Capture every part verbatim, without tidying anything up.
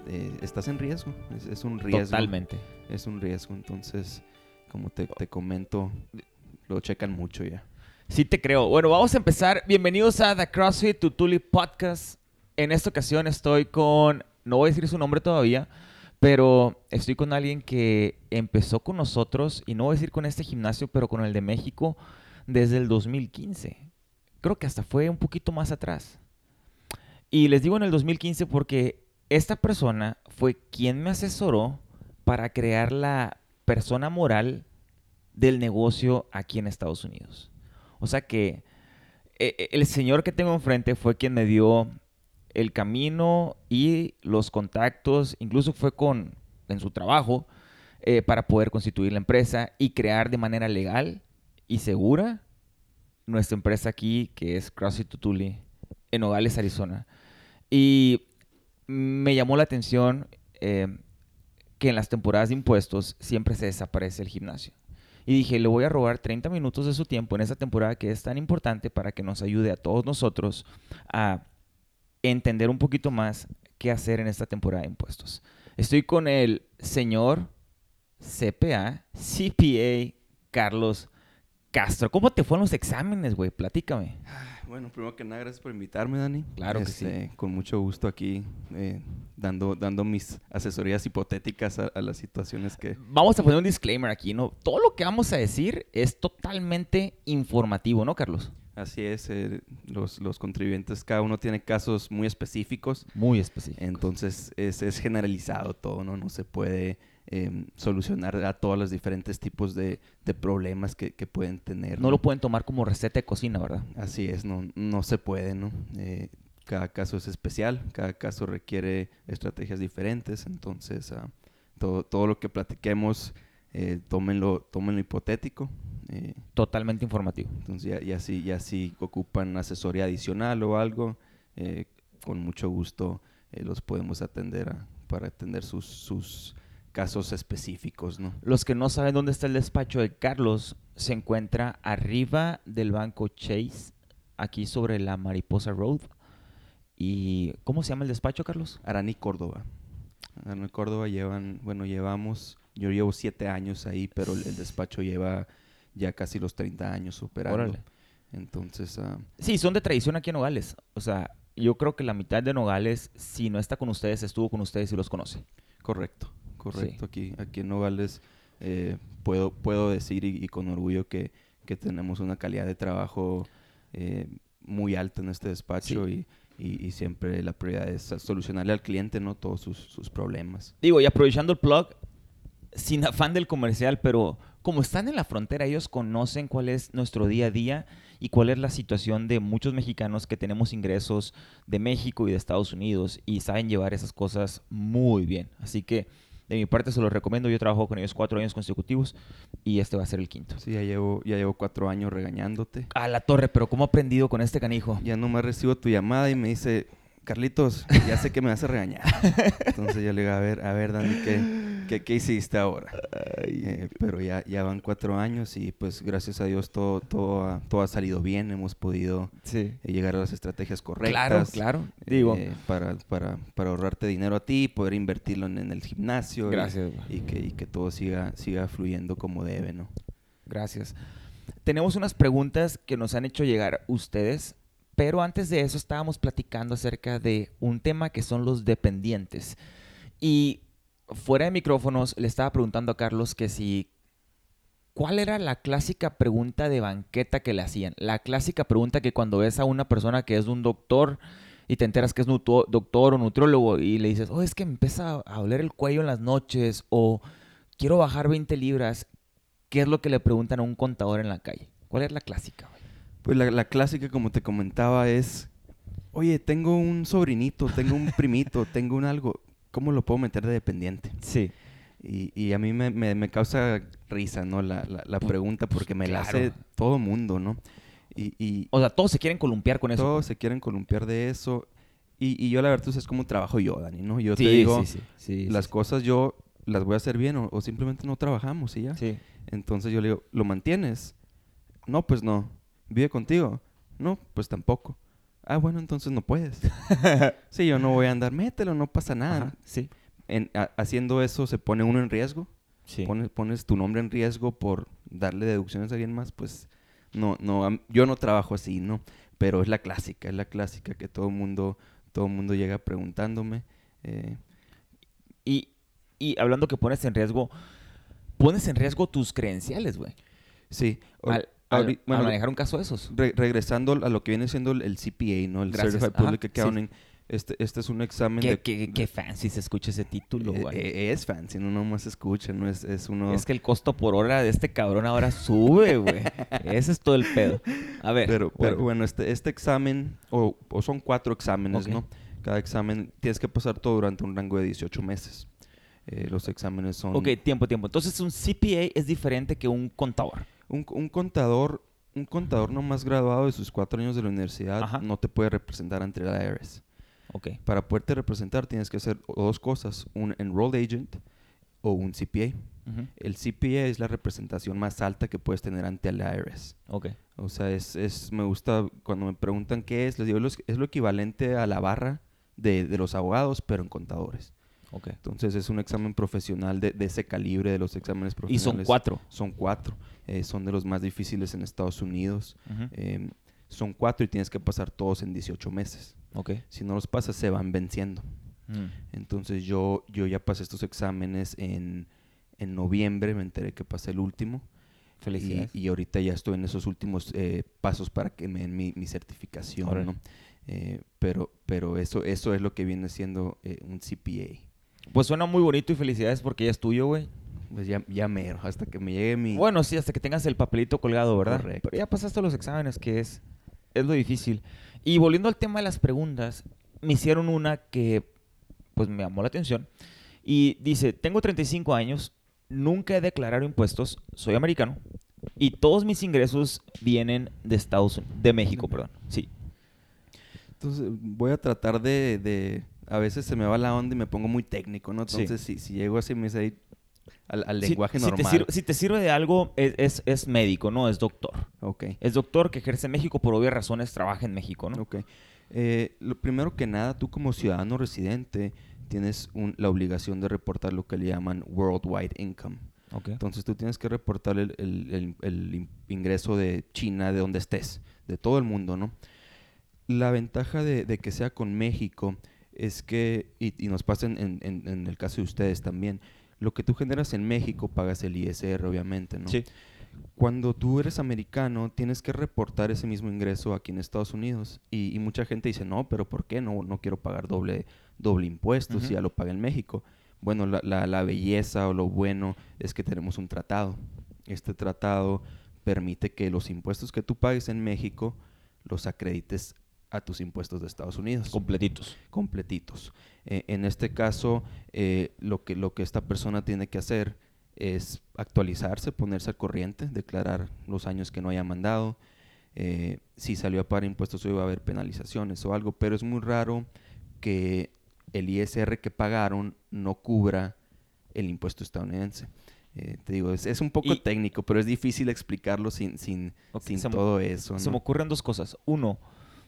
eh, estás en riesgo. Es, es un riesgo. Totalmente. Es un riesgo. Entonces, como te, te comento, lo checan mucho ya. Sí te creo. Bueno, vamos a empezar. Bienvenidos a The CrossFit Tutuli Podcast. En esta ocasión estoy con... No voy a decir su nombre todavía, pero estoy con alguien que empezó con nosotros, y no voy a decir con este gimnasio, pero con el de México, desde el dos mil quince. Creo que hasta fue un poquito más atrás. Y les digo en el dos mil quince porque esta persona fue quien me asesoró para crear la persona moral del negocio aquí en Estados Unidos. O sea que eh, el señor que tengo enfrente fue quien me dio el camino y los contactos, incluso fue con en su trabajo, eh, para poder constituir la empresa y crear de manera legal y segura nuestra empresa aquí, que es CrossFit Tutuli, en Nogales, Arizona. Y me llamó la atención eh, que en las temporadas de impuestos siempre se desaparece el gimnasio. Y dije, le voy a robar treinta minutos de su tiempo en esa temporada que es tan importante para que nos ayude a todos nosotros a entender un poquito más qué hacer en esta temporada de impuestos. Estoy con el señor C P A, C P A, Carlos Castro. ¿Cómo te fueron los exámenes, güey? Platícame. Bueno, primero que nada, gracias por invitarme, Dani. Claro que este, sí. Con mucho gusto aquí, eh, dando, dando mis asesorías hipotéticas a, a las situaciones que... Vamos a poner un disclaimer aquí, ¿no? Todo lo que vamos a decir es totalmente informativo, ¿no, Carlos? Así es, eh, los, los contribuyentes, cada uno tiene casos muy específicos. Muy específico. Entonces, es, es generalizado todo, ¿no? No se puede eh, solucionar a todos los diferentes tipos de, de problemas que, que pueden tener. No, ¿no? lo pueden tomar como receta de cocina, ¿verdad? Así es, no, no se puede, ¿no? Eh, cada caso es especial, cada caso requiere estrategias diferentes. Entonces, uh, todo, todo lo que platiquemos, eh, tómenlo, tómenlo hipotético. Eh, Totalmente informativo. Entonces, ya, ya, si, ya si ocupan asesoría adicional o algo, eh, con mucho gusto eh, los podemos atender a, para atender sus, sus casos específicos, ¿no? Los que no saben dónde está el despacho de Carlos, se encuentra arriba del banco Chase, aquí sobre la Mariposa Road. ¿Y cómo se llama el despacho, Carlos? Arani Córdoba. Arani Córdoba llevan, bueno, llevamos, yo llevo siete años ahí, pero el, el despacho lleva ya casi los treinta años operando. Órale. Entonces... Uh, sí, son de tradición aquí en Nogales. O sea, yo creo que la mitad de Nogales, si no está con ustedes, estuvo con ustedes y los conoce. Correcto, correcto. Sí. Aquí, aquí en Nogales eh, puedo, puedo decir y, y con orgullo que, que tenemos una calidad de trabajo eh, muy alta en este despacho. Sí. y, y, y siempre la prioridad es solucionarle al cliente, ¿no? Todos sus, sus problemas. Digo, y aprovechando el plug, sin afán del comercial, pero como están en la frontera, ellos conocen cuál es nuestro día a día y cuál es la situación de muchos mexicanos que tenemos ingresos de México y de Estados Unidos y saben llevar esas cosas muy bien. Así que de mi parte se los recomiendo. Yo trabajo con ellos cuatro años consecutivos y este va a ser el quinto. Sí, ya llevo, ya llevo cuatro años regañándote. A la torre, pero ¿cómo he aprendido con este canijo? Ya nomás recibo tu llamada y me dice... Carlitos, ya sé que me vas a regañar. Entonces yo le digo, a ver, a ver, Dani, ¿qué, qué, qué hiciste ahora? Eh, pero ya, ya van cuatro años y pues gracias a Dios todo, todo, ha, todo ha salido bien. Hemos podido sí. eh, llegar a las estrategias correctas. Claro, claro. Eh, Digo. Para, para, para ahorrarte dinero a ti, poder invertirlo en, en el gimnasio. Gracias. Y, y, que, y que todo siga, siga fluyendo como debe, ¿no? Gracias. Tenemos unas preguntas que nos han hecho llegar ustedes. Pero antes de eso estábamos platicando acerca de un tema que son los dependientes. Y fuera de micrófonos le estaba preguntando a Carlos que si... ¿Cuál era la clásica pregunta de banqueta que le hacían? La clásica pregunta que cuando ves a una persona que es un doctor y te enteras que es nutu- doctor o nutriólogo y le dices, oh, es que me empieza a doler el cuello en las noches o quiero bajar veinte libras. ¿Qué es lo que le preguntan a un contador en la calle? ¿Cuál es la clásica, güey? Pues la, la clásica, como te comentaba, es... Oye, tengo un sobrinito, tengo un primito, tengo un algo. ¿Cómo lo puedo meter de dependiente? Sí. Y, y a mí me, me, me causa risa, ¿no? La, la, la pregunta, porque me claro. la hace todo mundo, ¿no? Y, y o sea, todos se quieren columpiar con eso. Todos se quieren columpiar de eso. Y, y yo, la verdad, tú sabes cómo trabajo yo, Dani, ¿no? Yo sí, te digo, sí, sí, sí, las sí, cosas yo las voy a hacer bien o, o simplemente no trabajamos y ya. Sí. Entonces yo le digo, ¿lo mantienes? No, pues no. ¿Vive contigo? No, pues tampoco. Ah, bueno, entonces no puedes. Sí, yo no voy a andar, mételo, no pasa nada. Ajá, sí. en, a, haciendo eso se pone uno en riesgo. Sí. Pones, pones tu nombre en riesgo por darle deducciones a alguien más, pues no, no, am- yo no trabajo así, ¿no? Pero es la clásica, es la clásica que todo mundo, todo mundo llega preguntándome. eh, Y, y hablando que pones en riesgo, pones en riesgo tus credenciales, güey. sí, or- Al, al, ahori- al bueno, manejar un caso de esos. re- regresando a lo que viene siendo el, el C P A, ¿no? El Gracias. Certified Ajá, Public sí. Accounting. Este, este es un examen Qué, de... qué, de- qué fancy se escucha ese título, eh, güey. eh, es fancy, no nomás se escucha, no es, es uno... Es que el costo por hora de este cabrón ahora sube, güey. Ese es todo el pedo. A ver, Pero, pero bueno. bueno, este, este examen, o, o son cuatro exámenes, Ok. ¿no? Cada examen tienes que pasar todo durante un rango de dieciocho meses. Eh, los exámenes son... Ok, tiempo, tiempo. Entonces, un C P A es diferente que un contador. Un, un contador, un contador no más graduado de sus cuatro años de la universidad Ajá. no te puede representar ante el I R S. Ok. Para poderte representar tienes que hacer o dos cosas, un Enrolled Agent o un C P A. Ujú. El C P A es la representación más alta que puedes tener ante el I R S. Ok. O sea, es, es, me gusta cuando me preguntan qué es, les digo, "Los- es lo equivalente a la barra de, de los abogados, pero en contadores. Ok. Entonces es un examen profesional de, de ese calibre de los exámenes Y profesionales. son cuatro. Son cuatro. Eh, son de los más difíciles en Estados Unidos. Ujú. Eh, son cuatro y tienes que pasar todos en dieciocho meses. Ok. Si no los pasas, se van venciendo. Mm. Entonces yo, yo ya pasé estos exámenes en, en noviembre, me enteré que pasé el último. Felicidades. Y, y ahorita ya estoy en esos últimos eh, pasos para que me den mi, mi certificación, Órale. ¿no? Eh, pero pero eso, eso es lo que viene siendo eh, un C P Pues suena muy bonito y felicidades porque ya es tuyo, güey. A. Pues ya, ya mero, hasta que me llegue mi... Bueno, sí, hasta que tengas el papelito colgado, ¿verdad? Correcto. Pero ya pasaste los exámenes, que es, es lo difícil. Y volviendo al tema de las preguntas, me hicieron una que pues me llamó la atención. Y dice, tengo treinta y cinco años, nunca he declarado impuestos, soy americano, y todos mis ingresos vienen de Estados Unidos, de México, perdón. Sí. Entonces voy a tratar de, de... A veces se me va la onda y me pongo muy técnico, ¿no? Sí. Entonces si, si llego así me dice ahí al, al Si- lenguaje si, te normal. sirve, si te sirve de algo, es, es, es médico, no es doctor. Ok. Es doctor que ejerce en México, por obvias razones trabaja en México, ¿no? Ok. Eh, lo primero que nada, tú como ciudadano residente tienes un- la obligación de reportar lo que le llaman Worldwide Income. Ok. Entonces tú tienes que reportar el, el- el- el in- ingreso de China, de donde estés, de todo el mundo, ¿no? La ventaja de, de que sea con México es que, y, y nos pasa en, en- en- en el caso de ustedes también, lo que tú generas en México pagas el I S R, obviamente, ¿no? Sí. Cuando tú eres americano, tienes que reportar ese mismo ingreso aquí en Estados Unidos. Y, y mucha gente dice, no, pero ¿por qué? No, no quiero pagar doble, doble impuesto si Ujú. ya lo pagué en México. Bueno, la, la, la belleza o lo bueno es que tenemos un tratado. Este tratado permite que los impuestos que tú pagues en México los acredites a tus impuestos de Estados Unidos Completitos. completitos. Eh, en este caso, eh, lo, que, lo que esta persona tiene que hacer es actualizarse, ponerse al corriente, declarar los años que no haya mandado. Eh, si salió a pagar impuestos hoy va a haber penalizaciones o algo, pero es muy raro que el I S R que pagaron no cubra el impuesto estadounidense. Eh, te digo, es, es un poco Y- técnico, pero es difícil explicarlo sin, sin, Ok, sin se me- todo eso, Se me ¿no? ocurren dos cosas. Uno,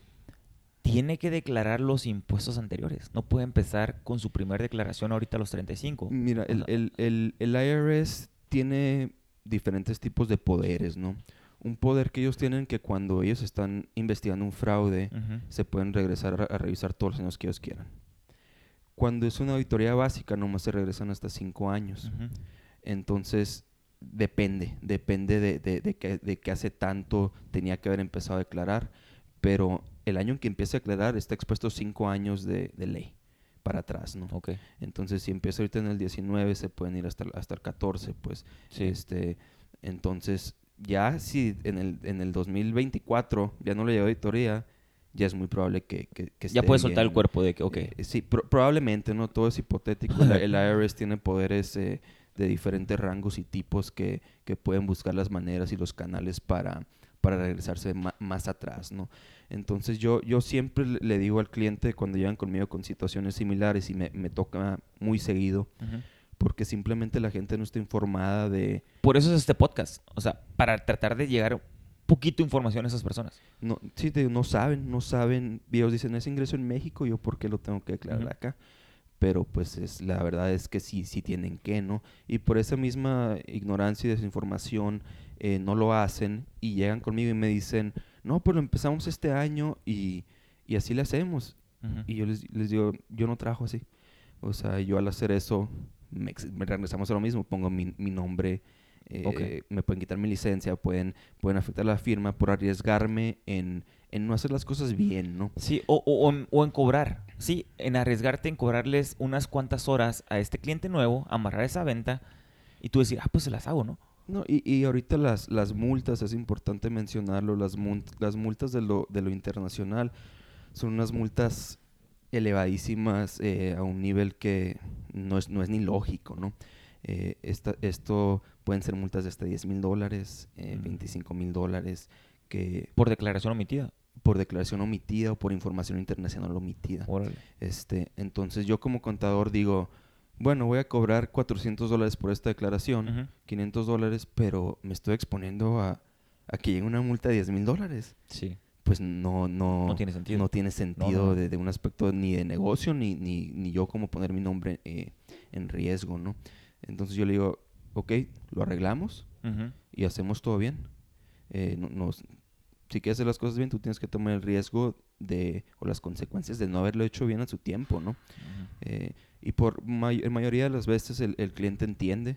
tiene que declarar los impuestos anteriores. No puede empezar con su primer declaración ahorita a los treinta y cinco. Mira, O el, sea, el, el, el I R S tiene diferentes tipos de poderes, ¿no? Un poder que ellos tienen que cuando ellos están investigando un fraude, ujú. se pueden regresar a, a revisar todos los años que ellos quieran. Cuando es una auditoría básica, nomás se regresan hasta cinco años. Ujú. Entonces, depende, depende de, de, de, que, de que hace tanto tenía que haber empezado a declarar, pero el año en que empiece a declarar está expuesto cinco años de, de ley para atrás, ¿no? Ok. Entonces, si empieza ahorita en el diecinueve, se pueden ir hasta, el- hasta el catorce, pues. Sí. Este, entonces, ya si en el, en el dos mil veinticuatro ya no le llegó auditoría, ya es muy probable que, que, que Ya esté puedes soltar el bien. cuerpo de que, ok. Eh, sí, pro- probablemente, ¿no? Todo es hipotético. La- el I R S tiene poderes eh, de diferentes rangos y tipos que, que pueden buscar las maneras y los canales para, para regresarse ma- más atrás, ¿no? Entonces yo, yo siempre le- le digo al cliente cuando llegan conmigo con situaciones similares y me, me toca muy seguido, Ujú. porque simplemente la gente no está informada de... Por eso es este podcast. O sea, para tratar de llegar un poquito de información a esas personas. No, sí, te digo, no saben, no saben. Ellos dicen, es ingreso en México, ¿yo por qué lo tengo que declarar Ujú. acá? pero pues es, la verdad es que sí, sí tienen que, ¿no? Y por esa misma ignorancia y desinformación eh, no lo hacen y llegan conmigo y me dicen, no, pues lo empezamos este año y, y así le hacemos. Ujú. Y yo les, les digo, yo no trabajo así. O sea, yo al hacer eso, me, ex- me regresamos a lo mismo, pongo mi, mi nombre, Ok. eh, me pueden quitar mi licencia, pueden, pueden afectar la firma por arriesgarme en, en no hacer las cosas bien, ¿no? Sí, o, o, o en, o en cobrar. Sí, en arriesgarte en cobrarles unas cuantas horas a este cliente nuevo, amarrar esa venta y tú decir, ah, pues se las hago, ¿no? No, y, y ahorita las, las multas, es importante mencionarlo, las, mun- las multas de lo, de lo internacional son unas multas elevadísimas eh, a un nivel que no es, no es ni lógico, ¿no? Eh, esta- esto pueden ser multas de hasta diez mil dólares, eh, Mm. veinticinco mil dólares, que Por declaración omitida. por declaración omitida o por información internacional omitida. Órale. Este, entonces yo como contador digo, bueno, voy a cobrar cuatrocientos dólares por esta declaración, Ujú. quinientos dólares, pero me estoy exponiendo a, a que llegue una multa de diez mil dólares. Sí, Pues no, no no, tiene sentido. no tiene No, no, sentido no. de, de un aspecto ni de negocio, ni, ni, ni yo como poner mi nombre eh, en riesgo, ¿no? Entonces yo le digo, ok, lo arreglamos Ujú. y hacemos todo bien. Eh, no- nos, si quieres hacer las cosas bien, tú tienes que tomar el riesgo de, o las consecuencias de no haberlo hecho bien a su tiempo, ¿no? Ujú. Eh, y por may- en mayoría de las veces el, el cliente entiende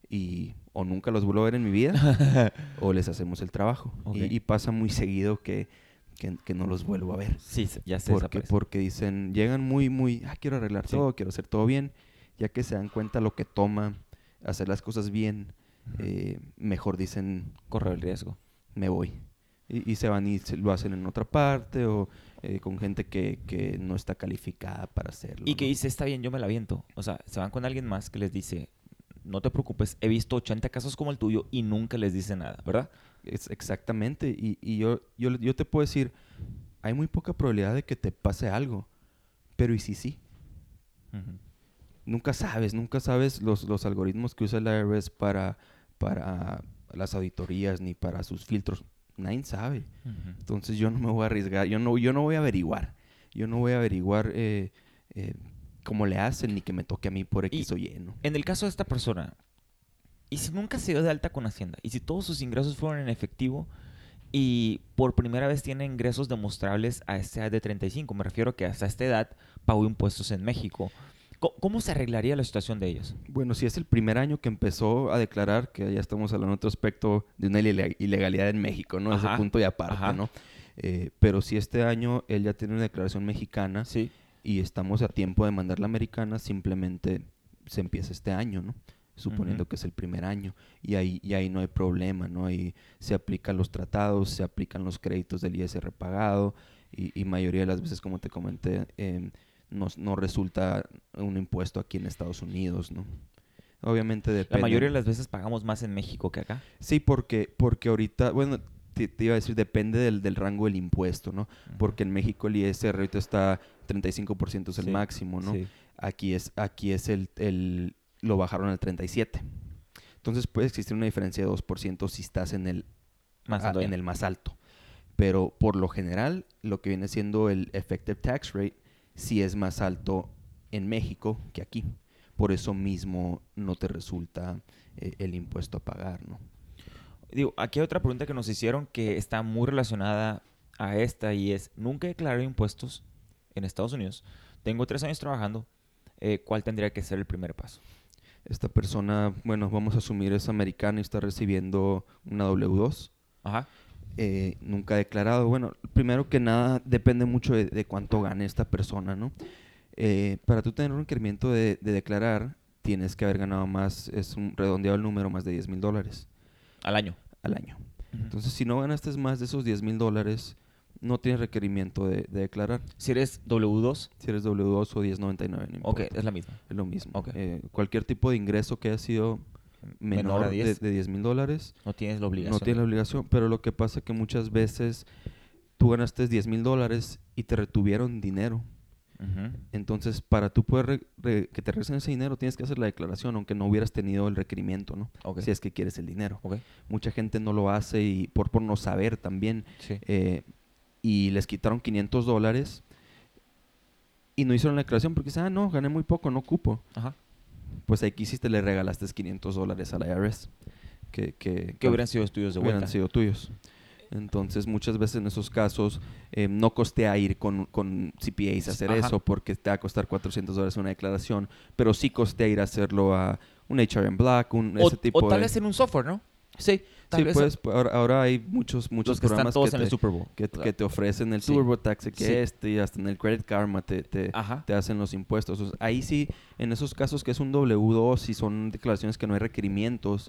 y o nunca los vuelvo a ver en mi vida o les hacemos el trabajo. Ok. Y, y pasa muy seguido que, que, que no los vuelvo a ver. Sí, se- ya se Porque, desaparece. porque dicen, llegan muy, muy, ah, quiero arreglar Sí. todo, quiero hacer todo bien, ya que se dan cuenta lo que toma hacer las cosas bien, Ujú. eh, mejor dicen, Corre el riesgo. me voy. Y, y se van y se lo hacen en otra parte o eh, con gente que, que no está calificada para hacerlo, Y que ¿no? dice, está bien, yo me la aviento. O sea, se van con alguien más que les dice, no te preocupes, he visto ochenta casos como el tuyo y nunca les dice nada, ¿verdad? Es exactamente. Y, y yo, yo, yo te puedo decir, hay muy poca probabilidad de que te pase algo, pero ¿y si sí? Ujú. Nunca sabes, nunca sabes los, los algoritmos que usa el I R S para, para las auditorías ni para sus filtros. Nadie sabe. Ujú. Entonces yo no me voy a arriesgar, yo no, yo no voy a averiguar. Yo no voy a averiguar eh, eh, cómo le hacen ni que me toque a mí por X Y o Y, ¿no? en el caso de esta persona, ¿y si nunca se dio de alta con Hacienda? ¿Y si todos sus ingresos fueron en efectivo y por primera vez tiene ingresos demostrables a esta edad de treinta y cinco? Me refiero que hasta esta edad pagó impuestos en México. ¿Cómo, cómo se arreglaría la situación de ellos? Bueno, si es el primer año que empezó a declarar, que ya estamos hablando de otro aspecto de una ile- ilegalidad en México, ¿no? Ese Ajá, punto y aparte, ajá. ¿no? Eh, pero si este año él ya tiene una declaración mexicana Sí. y estamos a tiempo de mandar la americana, simplemente se empieza este año, ¿no? Suponiendo Ujú. que es el primer año. Y ahí, y ahí no hay problema, ¿no? Ahí se aplican los tratados, se aplican los créditos del I S R pagado y, y mayoría de las veces, como te comenté, em, no, no resulta un impuesto aquí en Estados Unidos, ¿no? Obviamente La depende. mayoría de las veces pagamos más en México que acá. Sí, porque, porque ahorita, bueno, te, te iba a decir, depende del, del rango del impuesto, ¿no? Ujú. Porque en México el I S R ahorita está treinta y cinco por ciento es el Sí, máximo, ¿no? sí. Aquí es, aquí es el, el, lo bajaron al treinta y siete. Entonces puede existir una diferencia de dos por ciento si estás en el, Más a- ando en ya. el más alto. Pero por lo general, lo que viene siendo el effective tax rate sí es más alto en México que aquí. Por eso mismo no te resulta eh, el impuesto a pagar, ¿no? Digo, aquí hay otra pregunta que nos hicieron que está muy relacionada a esta y es, nunca he declarado impuestos en Estados Unidos. Tengo tres años trabajando. Eh, ¿cuál tendría que ser el primer paso? Esta persona, bueno, vamos a asumir es americana y está recibiendo una W dos. Ajá. Eh, nunca ha declarado. Bueno, primero que nada, depende mucho de, de cuánto gane esta persona, ¿no? Eh, para tú tener un requerimiento de, de declarar, tienes que haber ganado más, es un redondeado el número, más de diez mil dólares Al año. al año. Ujú. Entonces, si no ganaste más de esos diez mil dólares, no tienes requerimiento de, de declarar. Si eres W dos, Si eres W dos o diez noventa y nueve, no ok, importa. es la misma. Es lo mismo. Ok. Eh, cualquier tipo de ingreso que haya sido Menor a menor de, diez, de diez mil dólares, no tienes la no obligación. tienes la obligación. Pero lo que pasa es que muchas veces tú ganaste diez mil dólares y te retuvieron dinero. Ujú. Entonces, para tú poder re- re- que te regresen ese dinero, tienes que hacer la declaración, aunque no hubieras tenido el requerimiento, ¿no? Ok. Si es que quieres el dinero. Ok. Mucha gente no lo hace y por, por no saber también. Sí. eh, y les quitaron quinientos dólares y no hicieron la declaración porque dicen, ah, no, gané muy poco, no ocupo. Ajá. Pues ahí que hiciste, le regalaste quinientos dólares al I R S. Que, que, Que hubieran sido tuyos de vuelta. hubieran sido tuyos. Entonces, muchas veces en esos casos eh, no costea ir con, con C P As a hacer Ajá. eso porque te va a costar cuatrocientos dólares una declaración, pero sí costea ir a hacerlo a un H R M Black, un, O, ese tipo o tal de... vez en un software, ¿no? Sí, Tal sí, vez pues ahora, ahora hay muchos, muchos los que están programas todos que en te, el Super Bowl. que, que te ofrecen el Sí. TurboTax, que Sí. este, y hasta en el Credit Karma te, te, Ajá. te hacen los impuestos. O sea, ahí sí, en esos casos que es un W dos y son declaraciones que no hay requerimientos,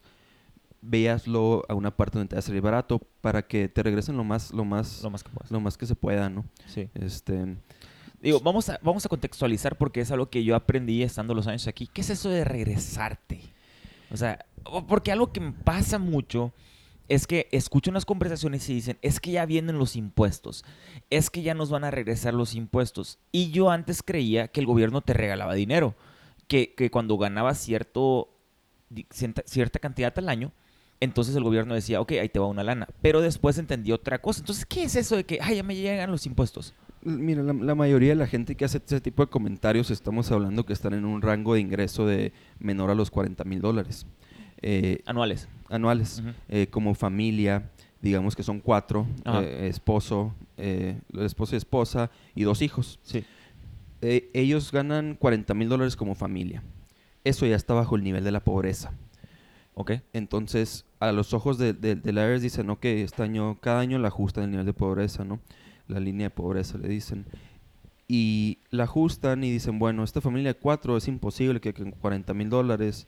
véaslo a una parte donde te va a salir barato para que te regresen lo más, lo más, Lo más que puedas. lo más que se pueda, ¿no? Sí. Este, Digo, vamos a, vamos a contextualizar porque es algo que yo aprendí estando los años aquí. ¿Qué es eso de regresarte? O sea, porque algo que me pasa mucho es que escucho unas conversaciones y dicen, es que ya vienen los impuestos, es que ya nos van a regresar los impuestos. Y yo antes creía que el gobierno te regalaba dinero, que, que cuando ganabas cierto, di- cierta, cierta cantidad al año, entonces el gobierno decía, ok, ahí te va una lana. Pero después entendí otra cosa. Entonces, ¿qué es eso de que, ay, ya me llegan los impuestos? mira, la, la mayoría de la gente que hace ese tipo de comentarios estamos hablando que están en un rango de ingreso de menor a los cuarenta mil dólares. Eh, Anuales. anuales, Ujú. eh, como familia, digamos que son cuatro, Ajá. eh, esposo, eh, esposo y esposa y dos hijos. Sí. Eh, ellos ganan cuarenta mil dólares como familia. Eso ya está bajo el nivel de la pobreza. Ok. Entonces, a los ojos de, de, del I R S dicen, ok, este año, cada año la ajustan el nivel de pobreza, ¿no? La línea de pobreza, le dicen. Y la ajustan y dicen, bueno, esta familia de cuatro es imposible que con cuarenta mil dólares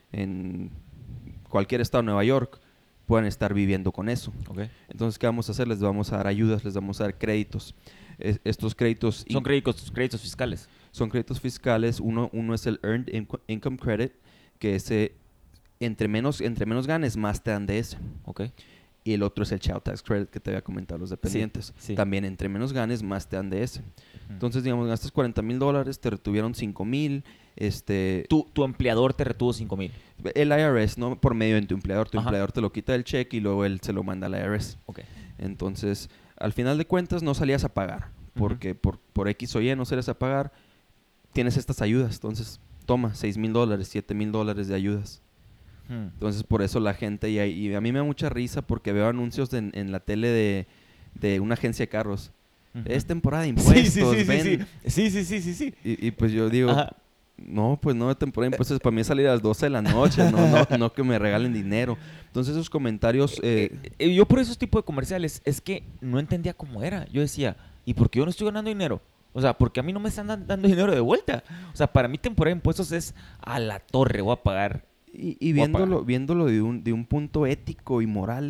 en cualquier estado de Nueva York puedan estar viviendo con eso. Ok. Entonces, ¿qué vamos a hacer? Les vamos a dar ayudas, les vamos a dar créditos. Es- estos créditos Son in- créditos, créditos fiscales. son créditos fiscales. Uno, uno es el Earned Inco- Income Credit, que ese, entre menos, entre menos ganes, más te dan de ese. Ok. Y el otro es el Child Tax Credit, que te había comentado los dependientes. sí. También, entre menos ganes, más te dan de ese. Ujú. Entonces, digamos, gastas cuarenta mil dólares, te retuvieron cinco mil. Este, Tu, tu empleador te retuvo cinco mil. el I R S, ¿no? Por medio de tu empleador. Tu Ajá. empleador te lo quita del cheque y luego él se lo manda al I R S. Ok. Entonces, al final de cuentas, no salías a pagar. Porque por, por X o Y no salías a pagar. Tienes estas ayudas. Entonces, toma, seis mil dólares, siete mil dólares de ayudas. Hmm. Entonces, por eso la gente... Y, y a mí me da mucha risa porque veo anuncios en, en la tele de, de una agencia de carros. Ujú. Es temporada de Sí, impuestos, sí, sí, sí, ven. sí. Sí, sí, sí, sí, sí. Y, y pues yo digo... Ajá. No, pues no, de temporada de impuestos para mí es salir a las doce de la noche, no, no, no que me regalen dinero. Entonces esos comentarios... eh, Eh, eh, yo por esos tipos de comerciales es que no entendía cómo era. Yo decía, ¿y por qué yo no estoy ganando dinero? O sea, porque a mí no me están dan- dando dinero de vuelta. O sea, para mí temporada de impuestos es a la torre, voy a pagar. y y Voy a viéndolo, pagar. viéndolo de un, de un punto ético y moral,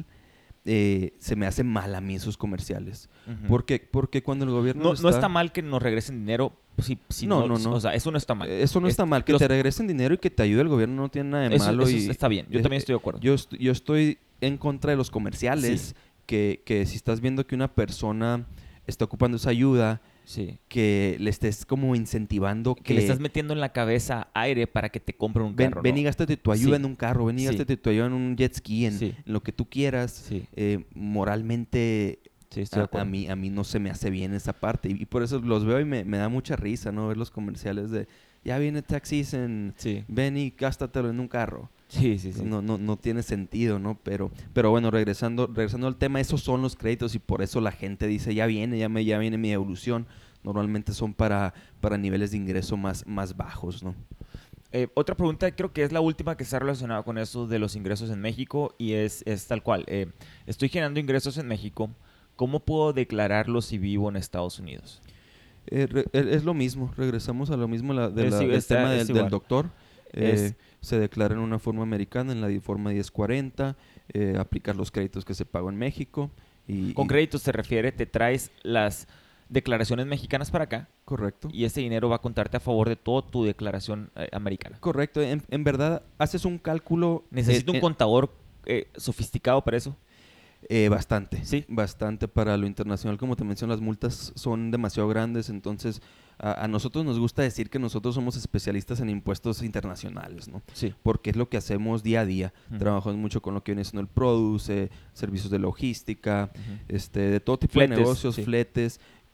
eh, se me hace mal a mí esos comerciales. Ujú. Porque, porque cuando el gobierno no, está... no está mal que nos regresen dinero. Si, si No, no, no. O sea, eso no está mal. Eh, Eso no está Es- mal. Que los- te regresen dinero y que te ayude el gobierno no tiene nada de Eso, malo. eso y, está bien. Yo eh, también estoy de acuerdo. Yo, est- yo estoy en contra de los comerciales Sí. que, que si estás viendo que una persona está ocupando esa ayuda, Sí. que le estés como incentivando que, Que le estás metiendo en la cabeza aire para que te compren un ven, carro. ven ¿no? y gástate tu ayuda Sí. en un carro, ven y Sí. gástate tu ayuda en un jet ski, en, Sí. en lo que tú quieras. Sí. Eh, moralmente Sí, estoy de a, a acuerdo. mí, a mí no se me hace bien esa parte. Y, y por eso los veo y me, me da mucha risa, ¿no? Ver los comerciales de, ya viene tax season, Sí. ven y gástatelo en un carro. Sí, sí, sí. No, no, no tiene sentido, ¿no? Pero, pero bueno, regresando, regresando al tema, esos son los créditos y por eso la gente dice, ya viene, ya, me, ya viene mi evolución. Normalmente son para, para niveles de ingreso más, más bajos, ¿no? Eh, otra pregunta, creo que es la última que está relacionada con eso de los ingresos en México y es, es tal cual. Eh, estoy generando ingresos en México. ¿Cómo puedo declararlo si vivo en Estados Unidos? Eh, re- e- es lo mismo, regresamos a lo mismo la- de Es la- i- del está- tema es del, del igual. doctor. Eh, Es- Se declara en una forma americana, en la di- forma diez cuarenta, eh, aplicar los créditos que se pagó en México. Y, Con y- créditos se refiere, te traes las declaraciones mexicanas para acá Correcto. y ese dinero va a contarte a favor de toda tu declaración eh, americana. Correcto. En, en verdad, haces un cálculo... ¿Necesito eh, un eh, contador eh, sofisticado para eso? Eh, bastante, Sí. bastante para lo internacional. Como te menciono, las multas son demasiado grandes, entonces a, a nosotros nos gusta decir que nosotros somos especialistas en impuestos internacionales, ¿no? Sí. Porque es lo que hacemos día a día. Ujú. Trabajamos mucho con lo que viene siendo el produce, servicios de logística, Ujú. este, de todo tipo Fletes, de negocios, sí. fletes,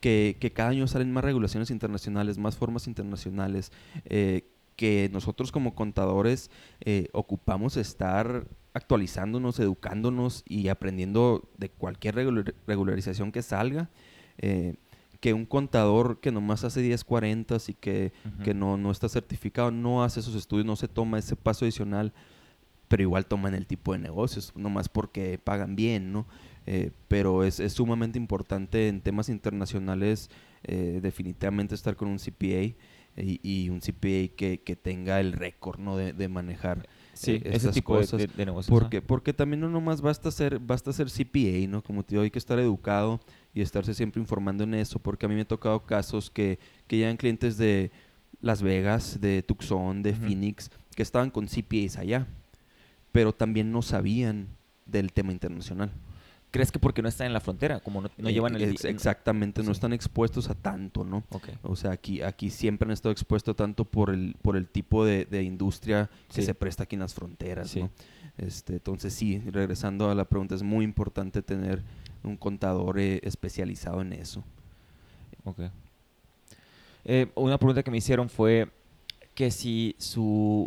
que, que cada año salen más regulaciones internacionales, más formas internacionales, eh, que nosotros como contadores eh, ocupamos estar actualizándonos, educándonos y aprendiendo de cualquier regular, regularización que salga. Eh, que un contador que nomás hace diez cuarenta y que, uh-huh. que no, no está certificado, no hace esos estudios, no se toma ese paso adicional, pero igual toman el tipo de negocios, nomás porque pagan bien, ¿no? Eh, pero es, es sumamente importante en temas internacionales eh, definitivamente estar con un C P A y, y un C P A que, que tenga el récord, ¿no? de, de manejar sí, eh, estas ese tipo cosas. De, de negocios. Porque, ¿eh? porque también no nomás basta ser, basta ser C P A, ¿no? Como te digo, hay que estar educado y estarse siempre informando en eso, porque a mí me ha tocado casos que, que llegan clientes de Las Vegas, de Tucson, de uh-huh. Phoenix, que estaban con C P As allá, pero también no sabían del tema internacional. ¿Crees que porque no están en la frontera? Como no, no eh, llevan el... Ex- exactamente, no sí. están expuestos a tanto, ¿no? Okay. O sea, aquí, aquí siempre han estado expuestos tanto por el, por el tipo de, de industria que sí. se presta aquí en las fronteras, sí. ¿no? Este, entonces sí, regresando a la pregunta, es muy importante tener un contador eh, especializado en eso. Ok. Eh, una pregunta que me hicieron fue que si su...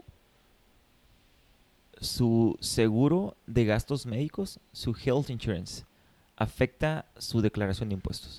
su seguro de gastos médicos, su health insurance, afecta su declaración de impuestos.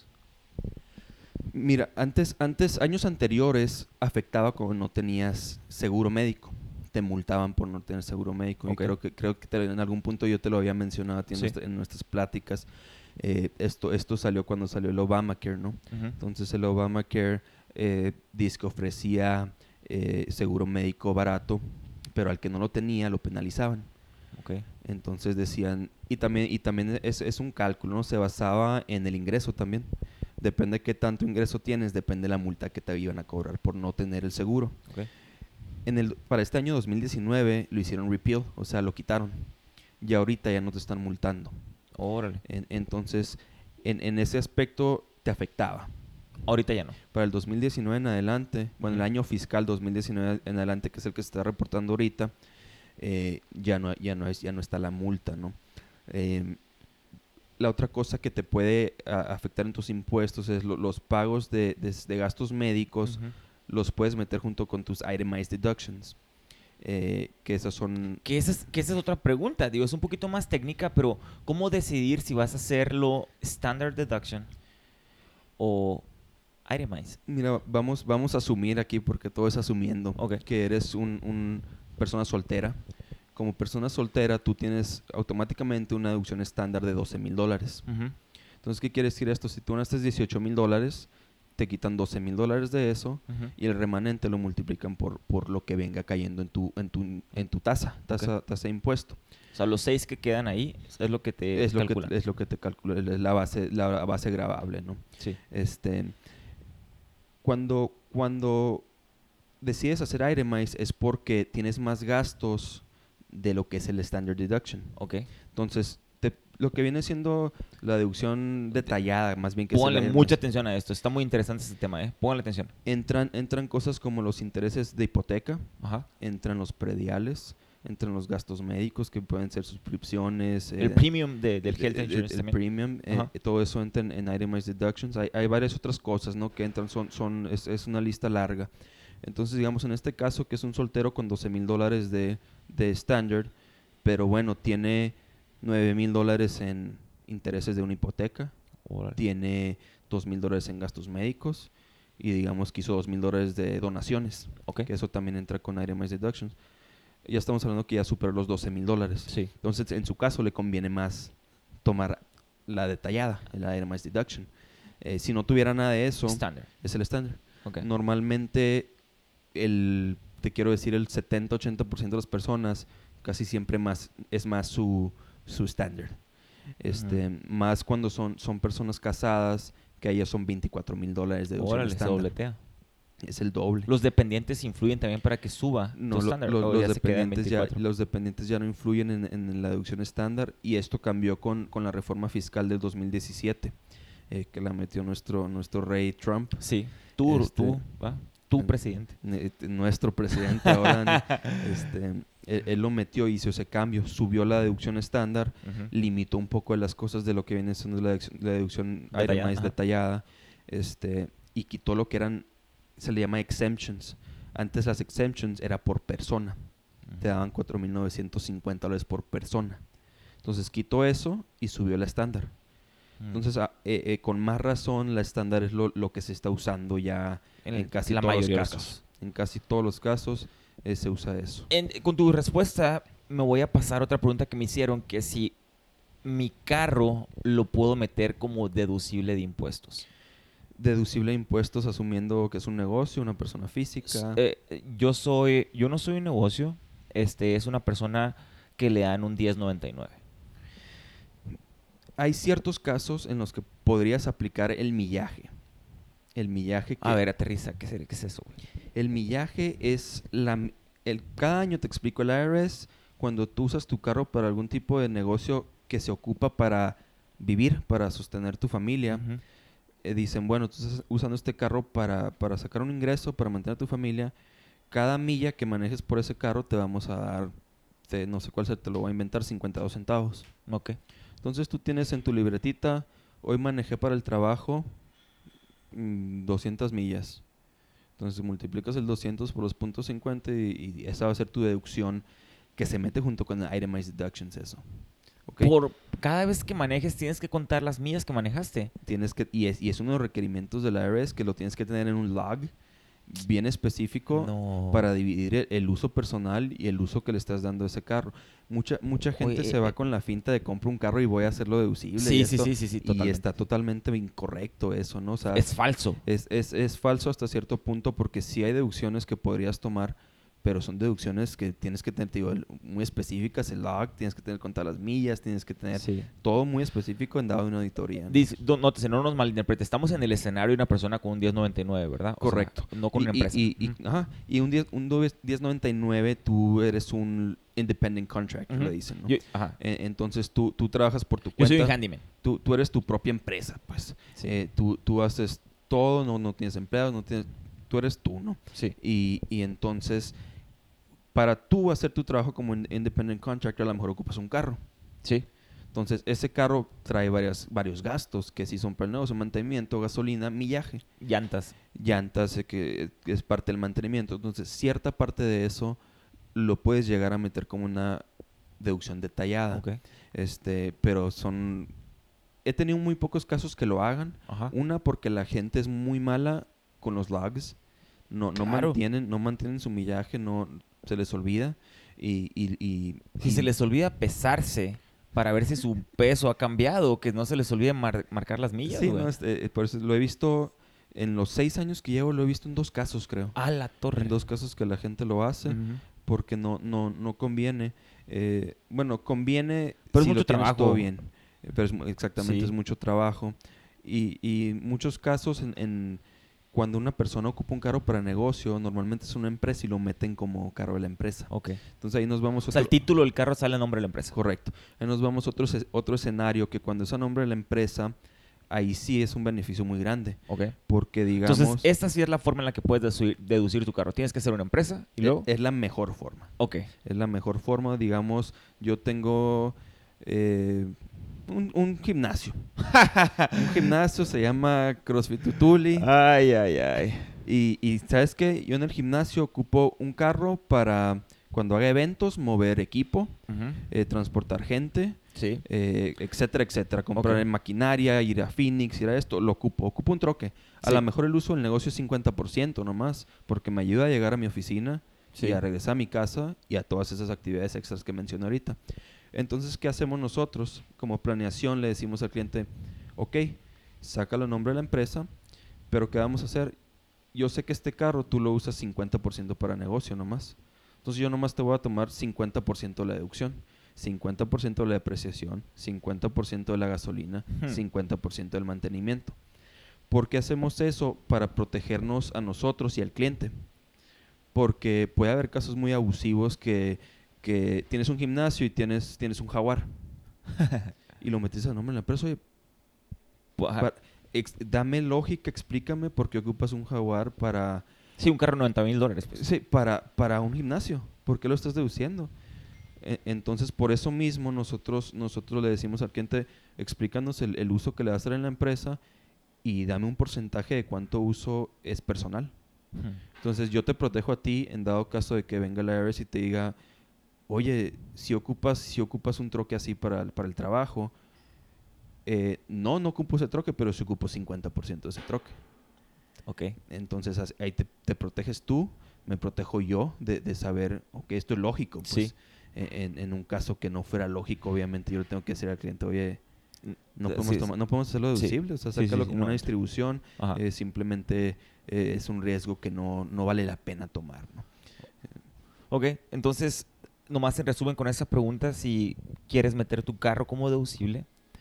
Mira, antes, antes, años anteriores afectaba cuando no tenías seguro médico. Te multaban por no tener seguro médico. Okay. Y creo que, creo que te, en algún punto yo te lo había mencionado a ti en, sí. nuestra, en nuestras pláticas. Eh, esto, esto salió cuando salió el Obamacare, ¿no? Uh-huh. Entonces el Obamacare eh, dice que ofrecía eh, seguro médico barato, pero al que no lo tenía lo penalizaban. Okay. Entonces decían, y también, y también es, es un cálculo, ¿no? Se basaba en el ingreso también. Depende de qué tanto ingreso tienes, depende de la multa que te iban a cobrar por no tener el seguro. Okay. En el, para este año dos mil diecinueve lo hicieron repeal, o sea, lo quitaron. Y ahorita ya no te están multando. Órale. En, entonces, en, en ese aspecto te afectaba. Ahorita ya no. Para el dos mil diecinueve en adelante, bueno, uh-huh. el año fiscal dos mil diecinueve en adelante, que es el que se está reportando ahorita, eh, ya, no, ya, no es, ya no está la multa, ¿no? Eh, la otra cosa que te puede a, afectar en tus impuestos es lo, los pagos de, de, de gastos médicos, uh-huh. los puedes meter junto con tus itemized deductions. Eh, que esas son... Que esa, es, que esa es otra pregunta, digo, es un poquito más técnica, pero ¿cómo decidir si vas a hacerlo standard deduction o itemized? Mira, vamos, vamos a asumir aquí, porque todo es asumiendo, okay. que eres un, un persona soltera. Como persona soltera, tú tienes automáticamente una deducción estándar de doce mil dólares. Uh-huh. Entonces, ¿qué quiere decir esto? Si tú gastas dieciocho mil dólares, te quitan doce mil dólares de eso uh-huh. y el remanente lo multiplican por, por lo que venga cayendo en tu, en tu, en tu tasa, tasa, okay. tasa de impuesto. O sea, los seis que quedan ahí es lo que te es lo calculan. Que, es lo que te calcula, es la base, la base gravable, ¿no? Sí. Este, cuando, cuando decides hacer itemized es porque tienes más gastos de lo que es el standard deduction. Okay. Entonces, te, lo que viene siendo la deducción detallada, más bien que... Pónganle mucha atención a esto. Está muy interesante este tema, ¿eh? Pónganle atención. Entran, entran cosas como los intereses de hipoteca. Ajá. Entran los prediales. Entran los gastos médicos, que pueden ser suscripciones. El eh, premium de, del health insurance el, el, también. El premium, eh, todo eso entra en, en itemized deductions. Hay, hay varias otras cosas, ¿no? Que entran, son, son, es, es una lista larga. Entonces, digamos, en este caso, que es un soltero con doce mil dólares de, de standard, pero bueno, tiene nueve mil dólares en intereses de una hipoteca, Órale. Tiene dos mil dólares en gastos médicos y digamos que hizo dos mil dólares de donaciones, okay. que eso también entra con itemized deductions. Ya estamos hablando que ya superó los doce mil dólares. Sí. Entonces, en su caso, le conviene más tomar la detallada, la itemized deduction. Eh, si no tuviera nada de eso, Standard. es el estándar. Okay. Normalmente, el, te quiero decir, el setenta a ochenta por ciento de las personas casi siempre más es más su su estándar. Este, uh-huh. Más cuando son, son personas casadas, que ahí ya son veinticuatro mil dólares de deducción estándar. Se dobletea. Es el doble. ¿Los dependientes influyen también para que suba no, tu estándar? Lo, lo, los, ya dependientes ya, los dependientes ya no influyen en, en la deducción estándar, y esto cambió con, con la reforma fiscal del dos mil diecisiete, eh, que la metió nuestro, nuestro rey Trump. Sí, tú, este, tú, ¿va? Tu en, presidente. En, en, nuestro presidente ahora, este, él, él lo metió, hizo ese cambio, subió la deducción estándar, uh-huh. limitó un poco de las cosas de lo que viene siendo la deducción, la deducción detallada, más detallada, este, y quitó lo que eran, se le llama exemptions. Antes las exemptions era por persona. Uh-huh. Te daban cuatro mil novecientos cincuenta dólares por persona. Entonces quitó eso y subió la estándar. Uh-huh. Entonces, a, eh, eh, con más razón, la estándar es lo, lo que se está usando ya en, en casi la todos los casos. casos. En casi todos los casos eh, se usa eso. En, con tu respuesta, me voy a pasar otra pregunta que me hicieron, que si mi carro lo puedo meter como deducible de impuestos. Deducible de impuestos asumiendo que es un negocio, una persona física. Eh, yo soy, yo no soy un negocio, este es una persona que le dan un diez noventa y nueve. Hay ciertos casos en los que podrías aplicar el millaje. El millaje que... A ver, aterriza, ¿qué es, qué es eso? El millaje es la... El, cada año te explico, el I R S, cuando tú usas tu carro para algún tipo de negocio que se ocupa para vivir, para sostener tu familia, uh-huh. eh, dicen, bueno, tú estás usando este carro para, para sacar un ingreso, para mantener a tu familia, cada milla que manejes por ese carro te vamos a dar, te, no sé cuál sea, te lo voy a inventar, cincuenta y dos centavos. Ok. Entonces tú tienes en tu libretita, hoy manejé para el trabajo mmm, doscientas millas. Entonces multiplicas el doscientos por los punto cincuenta y, y esa va a ser tu deducción que se mete junto con el itemized deductions, eso. ¿Okay? Por cada vez que manejes tienes que contar las millas que manejaste. Tienes que, y es, y es uno de los requerimientos del I R S que lo tienes que tener en un log bien específico no. para dividir el, el uso personal y el uso que le estás dando a ese carro. Mucha mucha gente Oye, se eh, va con la finta de compro un carro y voy a hacerlo deducible. Sí, y sí, esto, sí, sí, sí, y está totalmente incorrecto eso, ¿no? O sea, es falso. Es, es, es falso hasta cierto punto porque sí hay deducciones que podrías tomar, pero son deducciones que tienes que tener, digo, muy específicas, el log, tienes que tener contar las millas, tienes que tener sí. todo muy específico en dado de una auditoría. ¿No? Dice, nótese, no nos malinterprete, estamos en el escenario de una persona con un diez noventa y nueve, ¿verdad? O Correcto. sea, no con y, una empresa. Y, y, uh-huh. ajá, y un, diez, un diez noventa y nueve tú eres un independent contractor, uh-huh. le dicen, ¿no? Yo, ajá. Eh, entonces tú, tú trabajas por tu cuenta. Yo soy un handyman. Tú, tú eres tu propia empresa, pues. Sí. Eh, tú, tú haces todo, no, no tienes empleados, no tienes, tú eres tú, ¿no? Sí. Y, y entonces... Para tú hacer tu trabajo como independent contractor, a lo mejor ocupas un carro. Sí. Entonces, ese carro trae varias, varios gastos, que si son para el negocio, mantenimiento, gasolina, millaje. Llantas. Llantas, eh, que es parte del mantenimiento. Entonces, cierta parte de eso lo puedes llegar a meter como una deducción detallada. Okay. Este, pero son... He tenido muy pocos casos que lo hagan. Ajá. Una, porque la gente es muy mala con los logs. No, no, claro. mantienen, no mantienen su millaje, no... se les olvida y, y, y si y se les olvida pesarse para ver si su peso ha cambiado, que no se les olvide mar- marcar las millas. Sí, no, este, por eso lo he visto en los seis años que llevo, lo he visto en dos casos, creo. A la torre. En dos casos que la gente lo hace uh-huh. porque no, no, no conviene. Eh, bueno, conviene pero si es mucho lo trabajo. Todo bien. Eh, pero es, exactamente, sí. es mucho trabajo. Y, y muchos casos en, en cuando una persona ocupa un carro para negocio, normalmente es una empresa y lo meten como carro de la empresa. Ok. Entonces ahí nos vamos... Otro... O sea, el título del carro sale a nombre de la empresa. Correcto. Ahí nos vamos a otro, otro escenario que cuando es a nombre de la empresa, ahí sí es un beneficio muy grande. Ok. Porque digamos... Entonces, esta sí es la forma en la que puedes deducir, deducir tu carro. Tienes que ser una empresa y luego... Es, es la mejor forma. Ok. Es la mejor forma. Digamos, yo tengo... Eh, Un, un gimnasio. Un gimnasio se llama CrossFit Tutuli. Ay, ay, ay. Y, y ¿sabes qué? Yo en el gimnasio ocupo un carro para cuando haga eventos, mover equipo, uh-huh. eh, transportar gente, sí. eh, etcétera, etcétera. Comprar okay. maquinaria, ir a Phoenix, ir a esto, lo ocupo. Ocupo un troque. A sí. lo mejor el uso del negocio es cincuenta por ciento nomás, porque me ayuda a llegar a mi oficina sí. y a regresar a mi casa y a todas esas actividades extras que mencioné ahorita. Entonces, ¿qué hacemos nosotros? Como planeación le decimos al cliente, ok, sácalo a nombre de la empresa, pero ¿qué vamos a hacer? Yo sé que este carro tú lo usas cincuenta por ciento para negocio nomás. Entonces, yo nomás te voy a tomar cincuenta por ciento de la deducción, cincuenta por ciento de la depreciación, cincuenta por ciento de la gasolina, hmm. cincuenta por ciento del mantenimiento. ¿Por qué hacemos eso? Para protegernos a nosotros y al cliente. Porque puede haber casos muy abusivos que... que tienes un gimnasio y tienes, tienes un Jaguar y lo metiste a nombre de la empresa. Oye, para, ex, dame lógica, explícame por qué ocupas un Jaguar para... Sí, un carro noventa mil dólares. Pues. Sí, para, para un gimnasio. ¿Por qué lo estás deduciendo? E, entonces, por eso mismo nosotros, nosotros le decimos al cliente, explícanos el, el uso que le vas a hacer en la empresa y dame un porcentaje de cuánto uso es personal. Ujú. Entonces yo te protejo a ti en dado caso de que venga el I R S y te diga, oye, si ocupas, si ocupas un troque así para, el- para el trabajo, eh, no, no ocupo ese troque, pero sí ocupo cincuenta por ciento de ese troque. Ok. Entonces as- ahí te, te proteges tú, me protejo yo de, de saber, ok, esto es lógico. Pues, Sí. en, en un caso que no fuera lógico, obviamente yo le tengo que decir al cliente, oye, no Sí, podemos, sí. tomar, no podemos hacerlo Sí. deducible, o sea, Sí, sí, sácalo sí, como no, una ent- distribución, Ajá. eh, simplemente eh, es un riesgo que no, no vale la pena tomar, ¿no? Ok, entonces, nomás en resumen con esa pregunta, si quieres meter tu carro como deducible,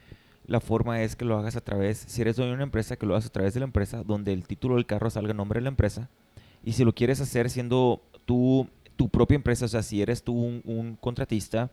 la forma es que lo hagas a través, si eres dueño de una empresa, que lo hagas a través de la empresa, donde el título del carro salga en nombre de la empresa. Y si lo quieres hacer siendo tú, tu propia empresa, o sea, si eres tú un, un contratista,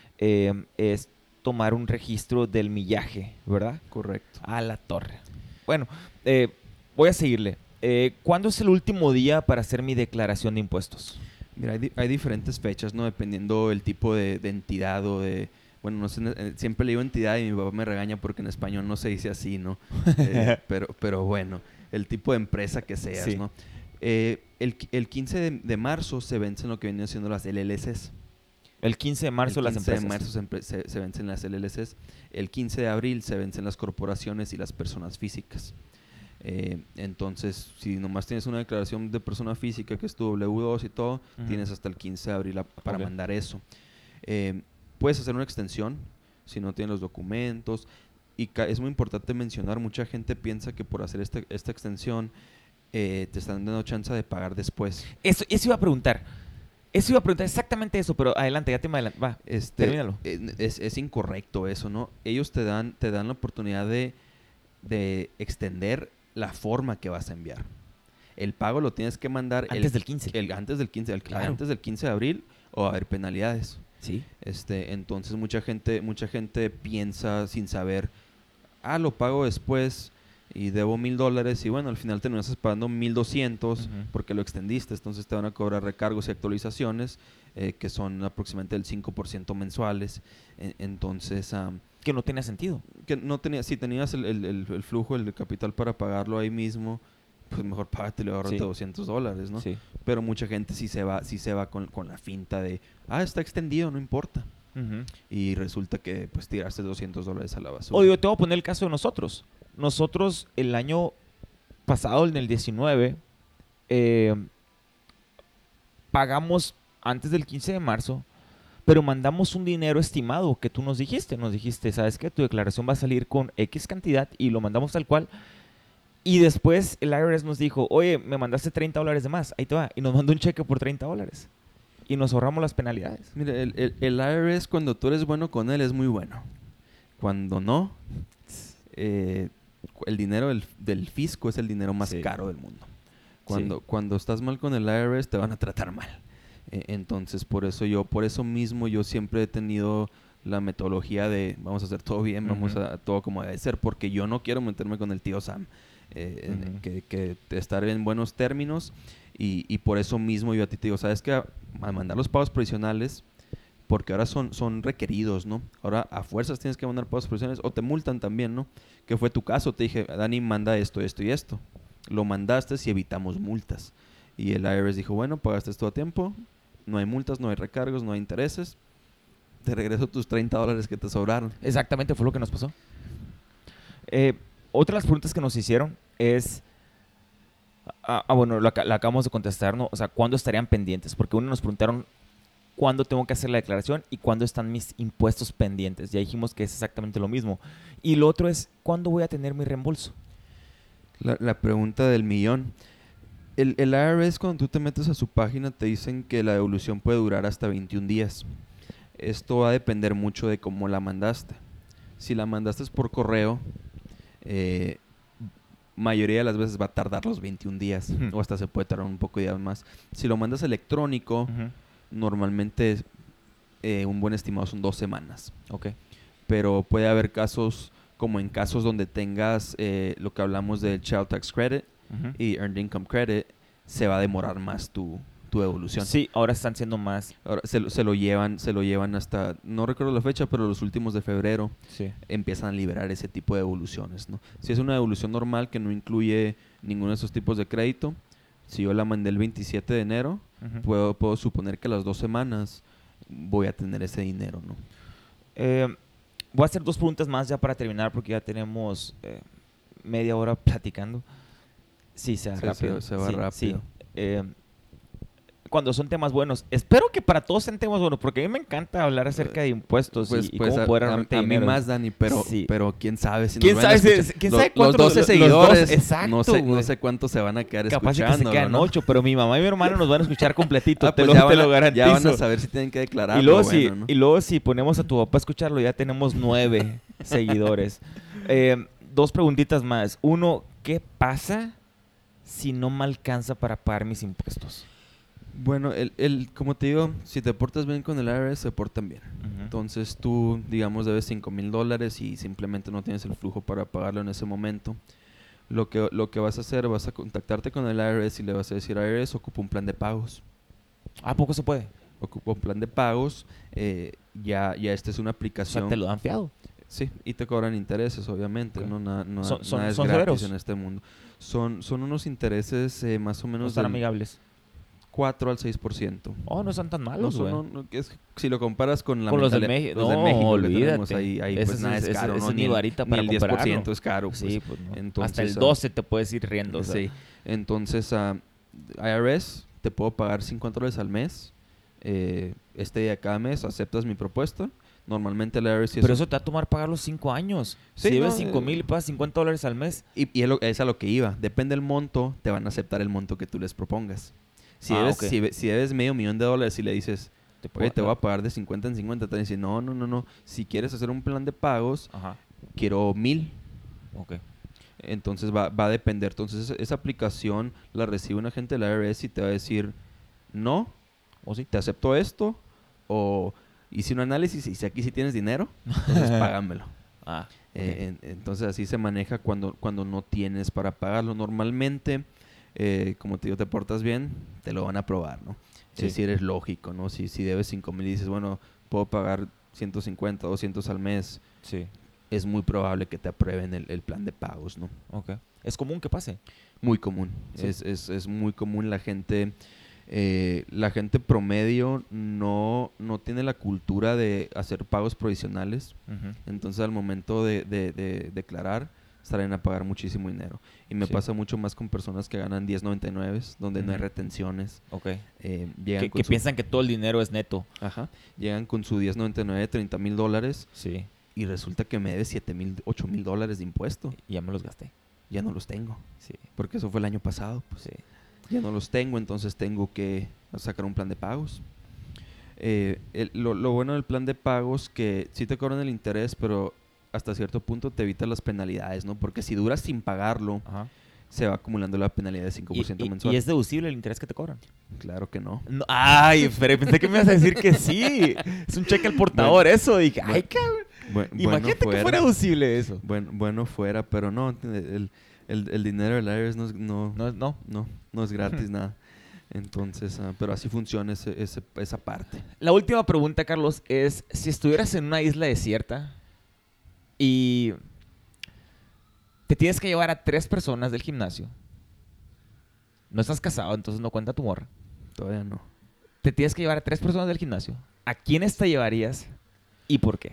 eh, es tomar un registro del millaje, ¿verdad? Correcto. A la torre. Bueno, eh, voy a seguirle. Eh, ¿Cuándo es el último día para hacer mi declaración de impuestos? Mira, hay, di- hay diferentes fechas, ¿no? Dependiendo el tipo de, de entidad o de... Bueno, no sé, eh, siempre le digo entidad y mi papá me regaña porque en español no se dice así, ¿no? Eh, pero, pero bueno, el tipo de empresa que seas, Sí. ¿no? Eh, el, qui- el quince de, de marzo se vencen lo que vienen siendo las L L Cs. El quince de marzo El las quince de empresas. marzo se, empre- se- se vencen las L L Cs. El quince de abril se vencen las corporaciones y las personas físicas. Eh, entonces, si nomás tienes una declaración de persona física que es tu W dos y todo, Ujú. tienes hasta el quince de abril a- para Ok. mandar eso. Eh, puedes hacer una extensión si no tienes los documentos. Y ca- es muy importante mencionar, mucha gente piensa que por hacer este- esta extensión eh, te están dando chance de pagar después. Eso, eso iba a preguntar. Eso iba a preguntar exactamente eso, pero adelante, ya te me adelant- Va, Este, termínalo. eh, es, es incorrecto eso, ¿no? Ellos te dan, te dan la oportunidad de, de extender la forma que vas a enviar. El pago lo tienes que mandar el- Antes del quince. el- antes del quince, el- Claro. antes del quince de abril o va a haber penalidades. Sí. Este, entonces mucha gente, mucha gente piensa sin saber, ah, lo pago después y debo mil dólares y bueno, al final terminas pagando mil doscientos Ujú. porque lo extendiste, entonces te van a cobrar recargos y actualizaciones eh, que son aproximadamente el cinco por ciento mensuales. E- entonces, am, Que no tenía sentido. que no tenía, si tenías el, el- el- el flujo, el capital para pagarlo ahí mismo, pues mejor págate y ahorrate Sí. doscientos dólares, ¿no? Sí. Pero mucha gente sí se va, sí se va con, con la finta de, ah, está extendido, no importa. Ujú. Y resulta que pues tiraste doscientos dólares a la basura. O yo te voy a poner el caso de nosotros. Nosotros el año pasado, en el diecinueve, eh, pagamos antes del quince de marzo, pero mandamos un dinero estimado que tú nos dijiste. Nos dijiste, ¿sabes qué? Tu declaración va a salir con X cantidad y lo mandamos tal cual. Y después el I R S nos dijo, oye, me mandaste treinta dólares de más, ahí te va. Y nos mandó un cheque por treinta dólares. Y nos ahorramos las penalidades. Mira, el, el, el I R S cuando tú eres bueno con él es muy bueno. Cuando no, eh, cu- el dinero del, del fisco es el dinero más Sí. caro del mundo. Cuando, Sí. cuando estás mal con el I R S te van a tratar mal. Eh, entonces, por eso yo, por eso mismo yo siempre he tenido la metodología de vamos a hacer todo bien, vamos Ujú. a todo como debe ser, porque yo no quiero meterme con el tío Sam. Eh, en- Ujú. que, que estar en buenos términos y, y por eso mismo yo a ti te digo, ¿sabes qué? A, a mandar los pagos provisionales porque ahora son, son requeridos, ¿no? Ahora a fuerzas tienes que mandar pagos provisionales o te multan también, ¿no? Que fue tu caso, te dije, Dani, manda esto, esto y esto. Lo mandaste y evitamos multas. Y el I R S dijo, bueno, pagaste esto a tiempo, no hay multas, no hay recargos, no hay intereses. Te regreso tus treinta dólares que te sobraron. Exactamente, fue lo que nos pasó. Eh, otra de las preguntas que nos hicieron es... Ah, ah, bueno, la, la acabamos de contestar, ¿no? O sea, ¿cuándo estarían pendientes? Porque uno nos preguntaron cuándo tengo que hacer la declaración y cuándo están mis impuestos pendientes. Ya dijimos que es exactamente lo mismo. Y lo otro es, ¿cuándo voy a tener mi reembolso? La, la pregunta del millón. El, el I R S cuando tú te metes a su página te dicen que la devolución puede durar hasta veintiún días. Esto va a depender mucho de cómo la mandaste. Si la mandaste por correo, eh, mayoría de las veces va a tardar los veintiún días Ujú. o hasta se puede tardar un poco de días más. Si lo mandas electrónico, Ujú. normalmente eh, un buen estimado son dos semanas. Ok. Pero puede haber casos como en casos donde tengas eh, lo que hablamos del Child Tax Credit Ujú. y Earned Income Credit, se va a demorar más tu, tu evolución. Sí, ahora están siendo más. Ahora se, lo- se lo llevan, se lo llevan hasta, no recuerdo la fecha, pero los últimos de febrero Sí. empiezan a liberar ese tipo de evoluciones, ¿no? Si es una evolución normal que no incluye ninguno de esos tipos de crédito, si yo la mandé el veintisiete de enero, Ujú. puedo, puedo suponer que a las dos semanas voy a tener ese dinero, ¿no? Eh, voy a hacer dos preguntas más ya para terminar porque ya tenemos eh, media hora platicando. Sí, se va Sí, rápido. se- se va Sí, rápido. sí. Eh, cuando son temas buenos. Espero que para todos sean temas buenos, porque a mí me encanta hablar acerca de impuestos Pues, y, y pues cómo a, poder a- ahorrarte a mí dinero. más, Dani, pero, Sí. pero quién sabe si nos ¿Quién van a sabe, si- escuchar. quién Lo- sabe los cuántos- doce los- los seguidores, dos, exacto, no sé, no güey. sé cuántos se van a quedar Capaz de que se escuchando, quedan ¿no? ocho, pero mi mamá y mi hermano nos van a escuchar completito. Ah, te, pues lo, ya, te van lo a, garantizo. ya van a saber si tienen que declarar. Y luego, pero si, bueno, ¿no? y luego si ponemos a tu papá a escucharlo, ya tenemos nueve seguidores. Eh, dos preguntitas más. Uno, ¿qué pasa si no me alcanza para pagar mis impuestos? Bueno, el, el, como te digo, si te portas bien con el I R S, se portan bien. Ujú. Entonces tú, digamos, debes cinco mil dólares y simplemente no tienes el flujo para pagarlo en ese momento. Lo que, lo que vas a hacer, vas a contactarte con el I R S y le vas a decir, I R S, ocupo un plan de pagos. ¿A poco se puede? Ocupo un plan de pagos. eh, ya, ya esta es una O sea, aplicación. te lo dan fiado. Sí, y te cobran intereses, obviamente. Ok. No, Na- no- Son- son- nada es son gratis severos. en este mundo. Son, son unos intereses eh, más o No menos están del amigables. cuatro al seis por ciento. Oh, no están tan No, malos, son- güey. no, no, es- si lo comparas con la Con los del mentalidad- México. los No, del México que tenemos, olvídate. ahí, ahí Ese pues es- nada es ese- caro, ese ¿no? es Ni ni el, varita ni para el diez por ciento compararlo. es caro. Sí, Pues. pues no. Entonces, Hasta el ah, doce te puedes ir riendo. O sea. Sí, entonces ah, I R S, te puedo pagar cincuenta dólares al mes. eh, este día cada mes aceptas mi propuesta. Normalmente el I R S... sí es Pero un- eso te va a tomar pagar los cinco años. Sí, si debes no, cinco eh, mil y pagas cincuenta dólares al mes. Y, y es, lo- es a lo que iba. Depende del monto, te van a aceptar el monto que tú les propongas. Si, Ah, debes, ok. si, si debes medio millón de dólares y le dices, Te puedo- oye, te voy a pagar de cincuenta en cincuenta, te dicen, no, no, no, no. Si quieres hacer un plan de pagos, Ajá. quiero mil. Ok. Entonces va, va a depender. Entonces esa, esa aplicación la recibe un agente del I R S y te va a decir, no, ¿O sí? te acepto esto, o hice un análisis y si aquí sí tienes dinero, entonces págamelo. Ah. Eh, en- entonces así se maneja cuando, cuando no tienes para pagarlo. Normalmente, eh, como te digo, te portas bien, te lo van a aprobar, ¿no? Sí. Si eres lógico, ¿no? Si, si debes cinco mil y dices, bueno, puedo pagar ciento cincuenta, doscientos al mes, Sí. es muy probable que te aprueben el, el plan de pagos, ¿no? Ok. Es común que pase. Muy común. Sí. Es, es, es muy común. La gente, eh, la gente promedio no, no tiene la cultura de hacer pagos provisionales. Ujú. Entonces al momento de, de- de declarar salen a pagar muchísimo dinero. Y me Sí. pasa mucho más con personas que ganan diez noventa y nueve, donde no hay Ujú. retenciones. Ok. Eh, llegan, Que, con que su, piensan que todo el dinero es neto. ajá, llegan con su diez noventa y nueve, treinta mil dólares Sí. y resulta que me debe siete mil, ocho mil dólares de impuesto. Y ya me los gasté. Ya no los tengo, Sí. porque eso fue el año pasado. Pues. Sí. Ya no los tengo, entonces tengo que sacar un plan de pagos. Eh, el- lo, lo bueno del plan de pagos que sí te cobran el interés, pero hasta cierto punto te evita las penalidades, ¿no? Porque si duras sin pagarlo, Ajá. se va acumulando la penalidad de cinco Y, por ciento y- mensual. y es deducible el interés que te cobran. Claro que no. No, ay, pero pensé que me ibas a decir que sí. Es un cheque al portador, eso. Dije, ay, bueno, cabrón. Bu- bueno Imagínate que fuera, fuera deducible eso. Bueno, bueno fuera, pero no, el, el, el dinero del I R S no, es- no, No, no. no, no es gratis nada. Entonces, ah, pero así funciona ese, ese- esa parte. La última pregunta, Carlos, es si estuvieras en una isla desierta y te tienes que llevar a tres personas del gimnasio. No estás casado, entonces no cuenta tu morra. Todavía no. Te tienes que llevar a tres personas del gimnasio. ¿A quiénes te llevarías y por qué?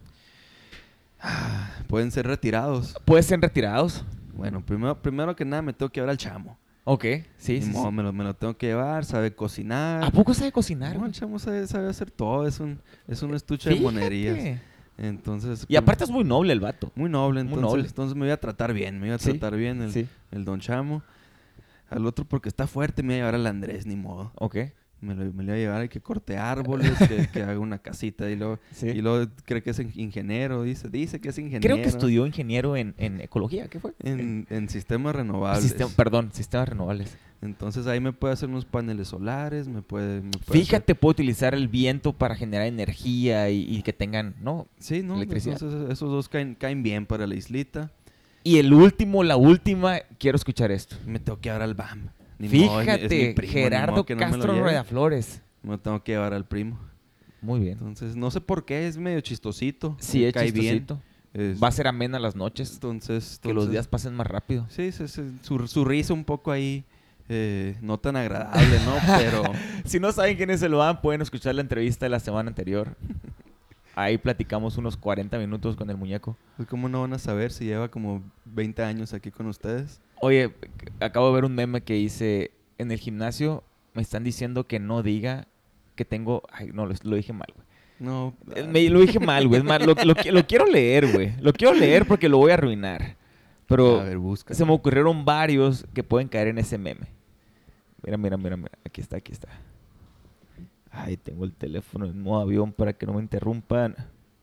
Pueden ser retirados. Pueden ser retirados. Bueno, primero, primero que nada me tengo que llevar al chamo. Ok, sí, Ni sí, modo, sí. Me, lo, me lo tengo que llevar, sabe cocinar. ¿A poco sabe cocinar? No, güey? el chamo sabe, sabe hacer todo, es un, es un estuche de Fíjate. monerías. Entonces, Y aparte es muy noble el vato. muy noble, muy entonces, noble. entonces me voy a tratar bien, me voy a Sí, tratar bien el, sí. el don Chamo. Al otro porque está fuerte me voy a llevar al Andrés, ni modo. Ok. Me lo, me lo voy a llevar, hay que corte árboles, que, que haga una casita y luego, Sí. y luego cree que es ingeniero, dice, dice que es ingeniero. Creo que estudió ingeniero en, en ecología. ¿Qué fue? En, en sistemas renovables. Sistema- perdón, sistemas renovables. Entonces ahí me puede hacer unos paneles solares, me puede... me puede Fíjate, puedo utilizar el viento para generar energía y, y que tengan, ¿no? hacer- Sí, ¿no? electricidad. Entonces esos dos caen, caen bien para la islita. Y el último, la última, quiero escuchar esto. Me tengo que llevar al B A M. Ni modo, es mi- es mi Fíjate, primo, ni Gerardo modo que no me lo Castro lleve. Redaflores. Me lo tengo que llevar al primo. Muy bien. Entonces, no sé por qué, es medio chistosito. Sí, me es cae bien. chistosito. Es- Va a ser amena las noches. entonces, Que los entonces- días pasen más rápido. Sí, sí, sí, su, su risa un poco ahí, eh, no tan agradable, ¿no? Pero Si no saben quién es el Van, pueden escuchar la entrevista de la semana anterior. Ahí platicamos unos cuarenta minutos con el muñeco. pues, ¿cómo no van a saber si lleva como veinte años aquí con ustedes? Oye, acabo de ver un meme que dice, en el gimnasio me están diciendo que no diga que tengo... Ay, no, lo, lo dije mal, güey. No, Eh, Me, lo dije mal, güey. Es más, lo, lo, lo quiero leer, güey. Lo quiero leer porque lo voy a arruinar. Pero a ver, busca. se me ocurrieron varios que pueden caer en ese meme. Mira, mira, mira, mira. Aquí está, aquí está. Ay, tengo el teléfono en modo avión para que no me interrumpan.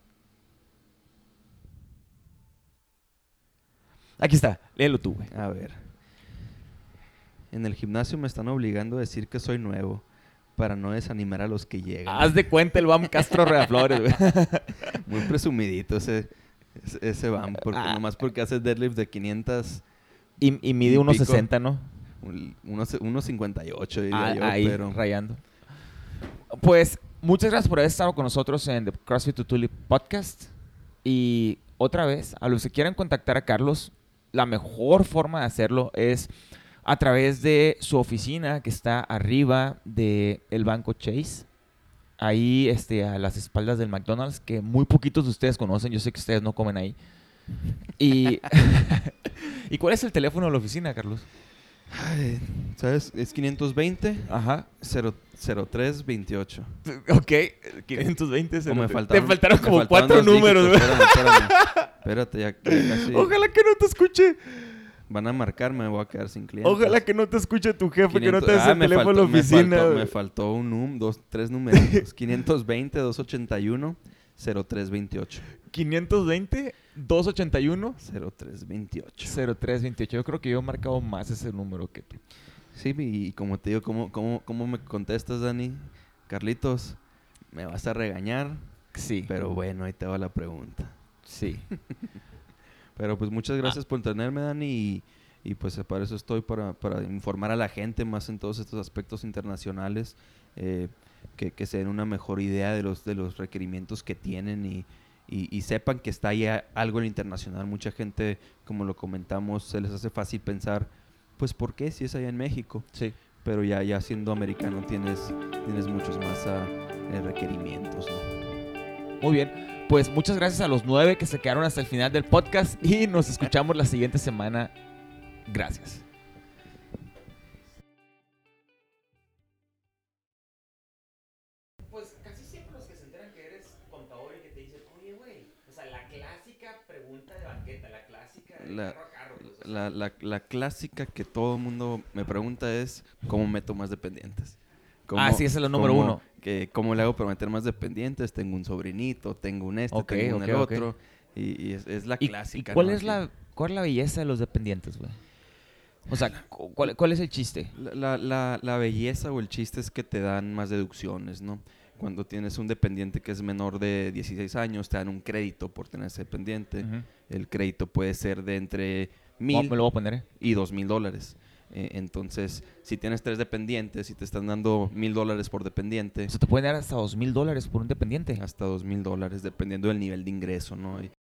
Aquí está. Léelo tú, güey. A ver. En el gimnasio me están obligando a decir que soy nuevo para no desanimar a los que llegan. Haz de cuenta el Bam Castro Redaflores, güey. Muy presumidito ese, ese, ese Bam, porque Ah. nomás porque hace deadlift de quinientos, Y, y mide Y unos pico. sesenta, ¿no? un- unos, unos cincuenta y ocho diría Ah, yo, ahí, pero... rayando. Pues, muchas gracias por haber estado con nosotros en The CrossFit Tutuli Podcast. Y otra vez, a los que quieran contactar a Carlos, la mejor forma de hacerlo es a través de su oficina que está arriba del banco Chase. Ahí, este, a las espaldas del McDonald's, que muy poquitos de ustedes conocen. Yo sé que ustedes no comen ahí. Y, ¿Y cuál es el teléfono de la oficina, Carlos? Ay, ¿sabes? Es quinientos veinte, Ajá. cero tres veintiocho. Ok, quinientos veinte. O me Te faltaron, faltaron me como faltaron cuatro dos números, dígitos, güey. Espérame, espérame. Espérate, ya, ya casi Ojalá que no te escuche. van a marcar, me voy a quedar sin clientes. Ojalá que no te escuche tu jefe, que no quinientos te des ah, el me teléfono a la faltó- me oficina. faltó, güey. me faltó un num, dos, tres numeritos. quinientos veinte, doscientos ochenta y uno, cero tres veintiocho. quinientos veinte, doscientos ochenta y uno, cero tres veintiocho. cero tres veintiocho. Yo creo que yo he marcado más ese número que tú. Sí, y como te digo, ¿cómo, cómo, cómo me contestas, Dani? Carlitos, me vas a regañar, Sí, pero bueno, ahí te va la pregunta. sí. Pero pues muchas gracias por tenerme, Dani, y, y pues para eso estoy, para, para informar a la gente más en todos estos aspectos internacionales, eh, que, que se den una mejor idea de los, de los requerimientos que tienen y, y, y sepan que está ahí a- algo en lo internacional. Mucha gente, como lo comentamos, se les hace fácil pensar, pues ¿por qué si es allá en México? Sí. Pero ya, ya siendo americano tienes, tienes muchos más ah, eh, requerimientos, ¿no? Muy bien. Pues muchas gracias a los nueve que se quedaron hasta el final del podcast y nos escuchamos la siguiente semana. Gracias. Pues casi siempre los que se enteran que eres contador y que te dicen, oye, güey, o sea, la clásica pregunta de banqueta, la clásica de La- carro a carro. pues, o sea, La, la, la clásica que todo el mundo me pregunta es ¿cómo meto más dependientes? ¿Cómo- Ah, sí, esa es la número cómo- uno. Que, ¿Cómo le hago para meter más dependientes? Tengo un sobrinito, tengo un este, Ok, tengo un ok, el ok. otro. Y, y es, es la ¿Y, clásica. y cuál ¿no? es Aquí. la cuál es la belleza de los dependientes, güey? O sea, cu- ¿cuál, cuál es el chiste? La, la, la, la belleza o el chiste es que te dan más deducciones, ¿no? Cuando tienes un dependiente que es menor de dieciséis años, te dan un crédito por tener ese dependiente. Ujú. El crédito puede ser de entre Mo- mil Me lo voy a poner, ¿eh? y dos mil dólares. Eh, entonces, si tienes tres dependientes y te están dando mil dólares por dependiente, O sea, te pueden dar hasta dos mil dólares por un dependiente. hasta dos mil dólares, dependiendo del nivel de ingreso, ¿no? Y